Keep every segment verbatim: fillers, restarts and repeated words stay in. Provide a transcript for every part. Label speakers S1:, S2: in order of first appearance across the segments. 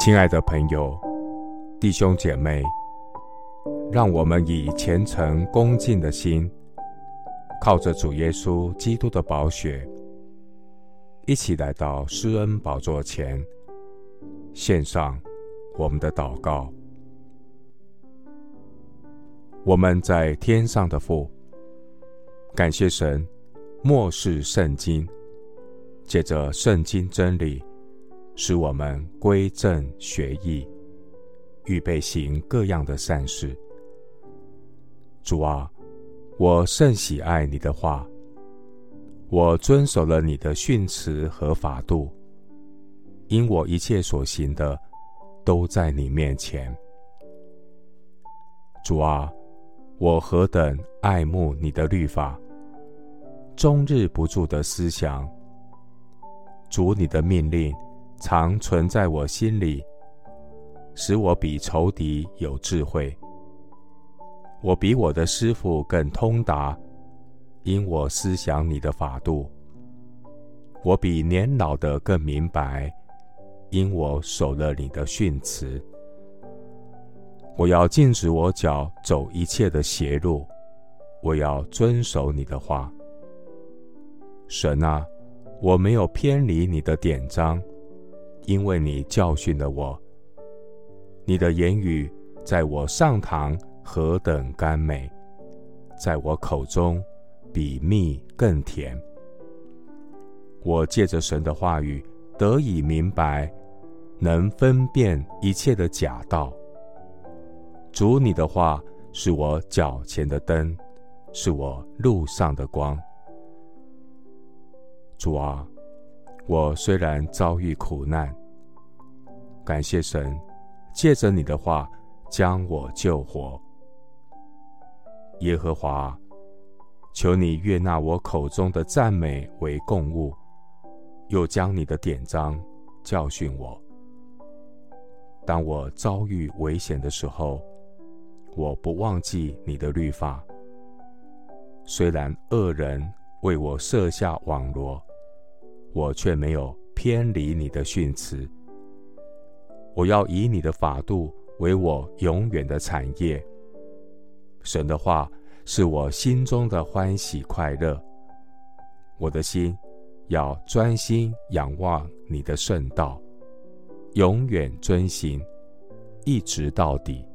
S1: 亲爱的朋友、弟兄姐妹，让我们以虔诚恭敬的心，靠着主耶稣基督的宝血，一起来到施恩宝座前，献上我们的祷告。我们在天上的父，感谢神默示圣经，借着圣经真理，使我们归正学义，预备行各样的善事。主啊，我甚喜爱你的话，我遵守了你的训词和法度，因我一切所行的都在你面前。主啊，我何等爱慕你的律法，终日不住的思想。主，你的命令常存在我心里，使我比仇敌有智慧。我比我的师傅更通达，因我思想你的法度。我比年老的更明白，因我守了你的训词。我要禁止我脚走一切的邪路，我要遵守你的话。神啊，我没有偏离你的典章，因为你教训了我。你的言语在我上膛何等甘美，在我口中比蜜更甜。我借着神的话语得以明白，能分辨一切的假道。主，你的话是我脚前的灯，是我路上的光。主啊，我虽然遭遇苦难，感谢神借着你的话将我救活。耶和华，求你悦纳我口中的赞美为供物，又将你的典章教训我。当我遭遇危险的时候，我不忘记你的律法。虽然恶人为我设下网罗，我却没有偏离你的训词。我要以你的法度为我永远的产业。神的话是我心中的欢喜快乐，我的心要专心仰望你的圣道，永远遵行，一直到底。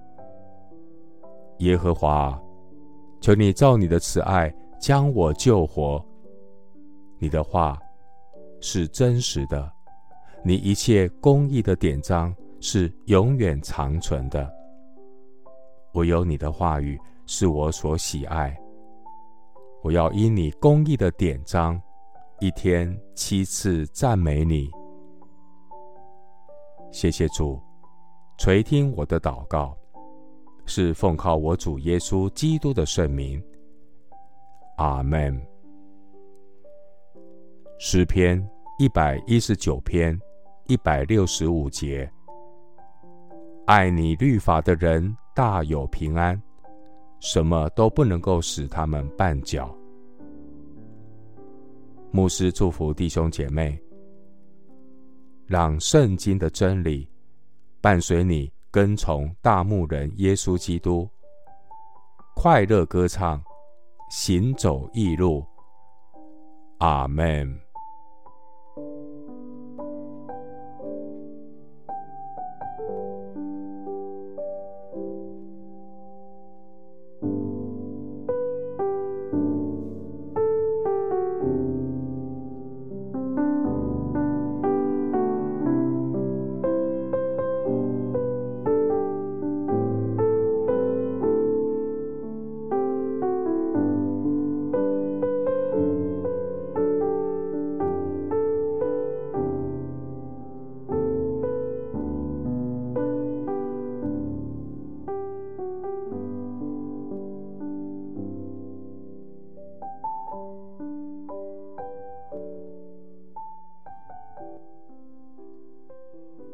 S1: 耶和华，求你照你的慈爱将我救活。你的话是真实的，你一切公义的典章是永远长存的。唯有你的话语是我所喜爱，我要因你公义的典章，一天七次赞美你。谢谢主，垂听我的祷告，是奉靠我主耶稣基督的圣名。阿们。诗篇一百一十九篇一百六十五节，爱你律法的人大有平安，什么都不能够使他们绊脚。牧师祝福弟兄姐妹，让圣经的真理伴随你跟从大牧人耶稣基督，快乐歌唱，行走义路。阿们。